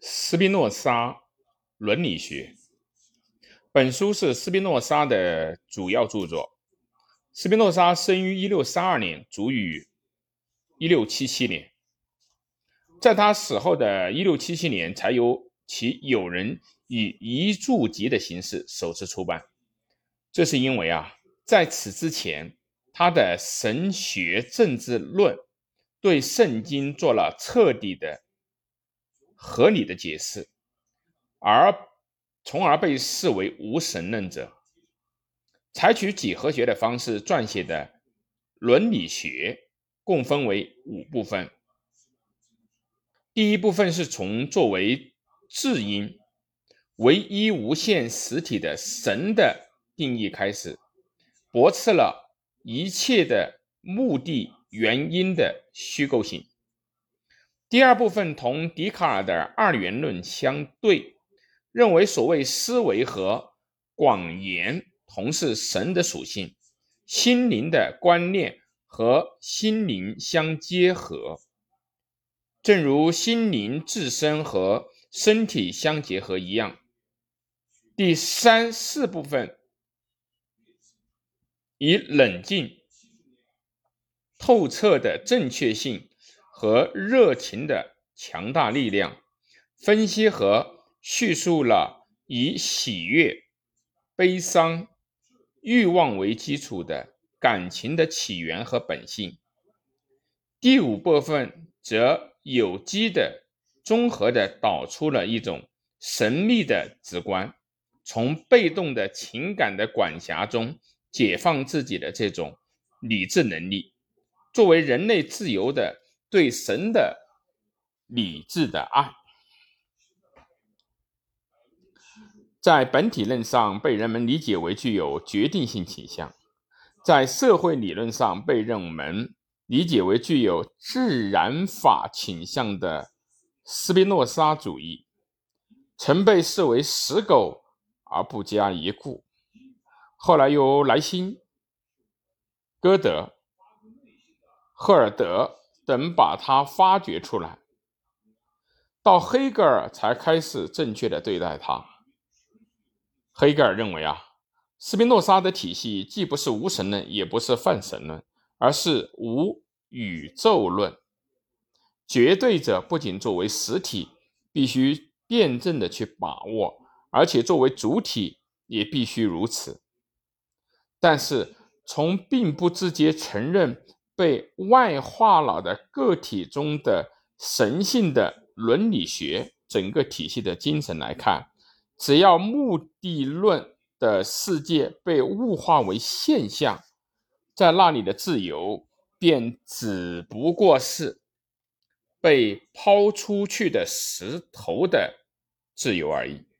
斯宾诺莎伦理学。本书是斯宾诺莎的主要著作。斯宾诺莎生于1632年，卒于1677年。在他死后的1677年，才由其友人以遗著集的形式首次出版。这是因为在此之前，他的神学政治论对圣经做了彻底的合理的解释，从而被视为无神论者。采取几何学的方式撰写的伦理学共分为5部分。第一部分是从作为至因、唯一无限实体的神的定义开始，驳斥了一切的目的原因的虚构性。第二部分同笛卡尔的二元论相对，认为所谓思维和广言同是神的属性，心灵的观念和心灵相结合，正如心灵自身和身体相结合一样。第3、4部分以冷静、透彻的正确性和热情的强大力量，分析和叙述了以喜悦、悲伤、欲望为基础的感情的起源和本性。第5部分则有机的、综合的导出了一种神秘的直观，从被动的情感的管辖中解放自己的这种理智能力，作为人类自由的对神的理智的爱。在本体论上被人们理解为具有决定性倾向，在社会理论上被人们理解为具有自然法倾向的斯宾诺莎主义，曾被视为死狗而不加一顾。后来由莱辛、歌德、赫尔德等把它发掘出来，到黑格尔才开始正确的对待它。黑格尔认为斯宾诺莎的体系既不是无神论，也不是泛神论，而是无宇宙论。绝对者不仅作为实体必须辩证的去把握，而且作为主体也必须如此。但是从并不直接承认被外化了的个体中的神性的伦理学整个体系的精神来看，只要目的论的世界被物化为现象，在那里的自由便只不过是被抛出去的石头的自由而已。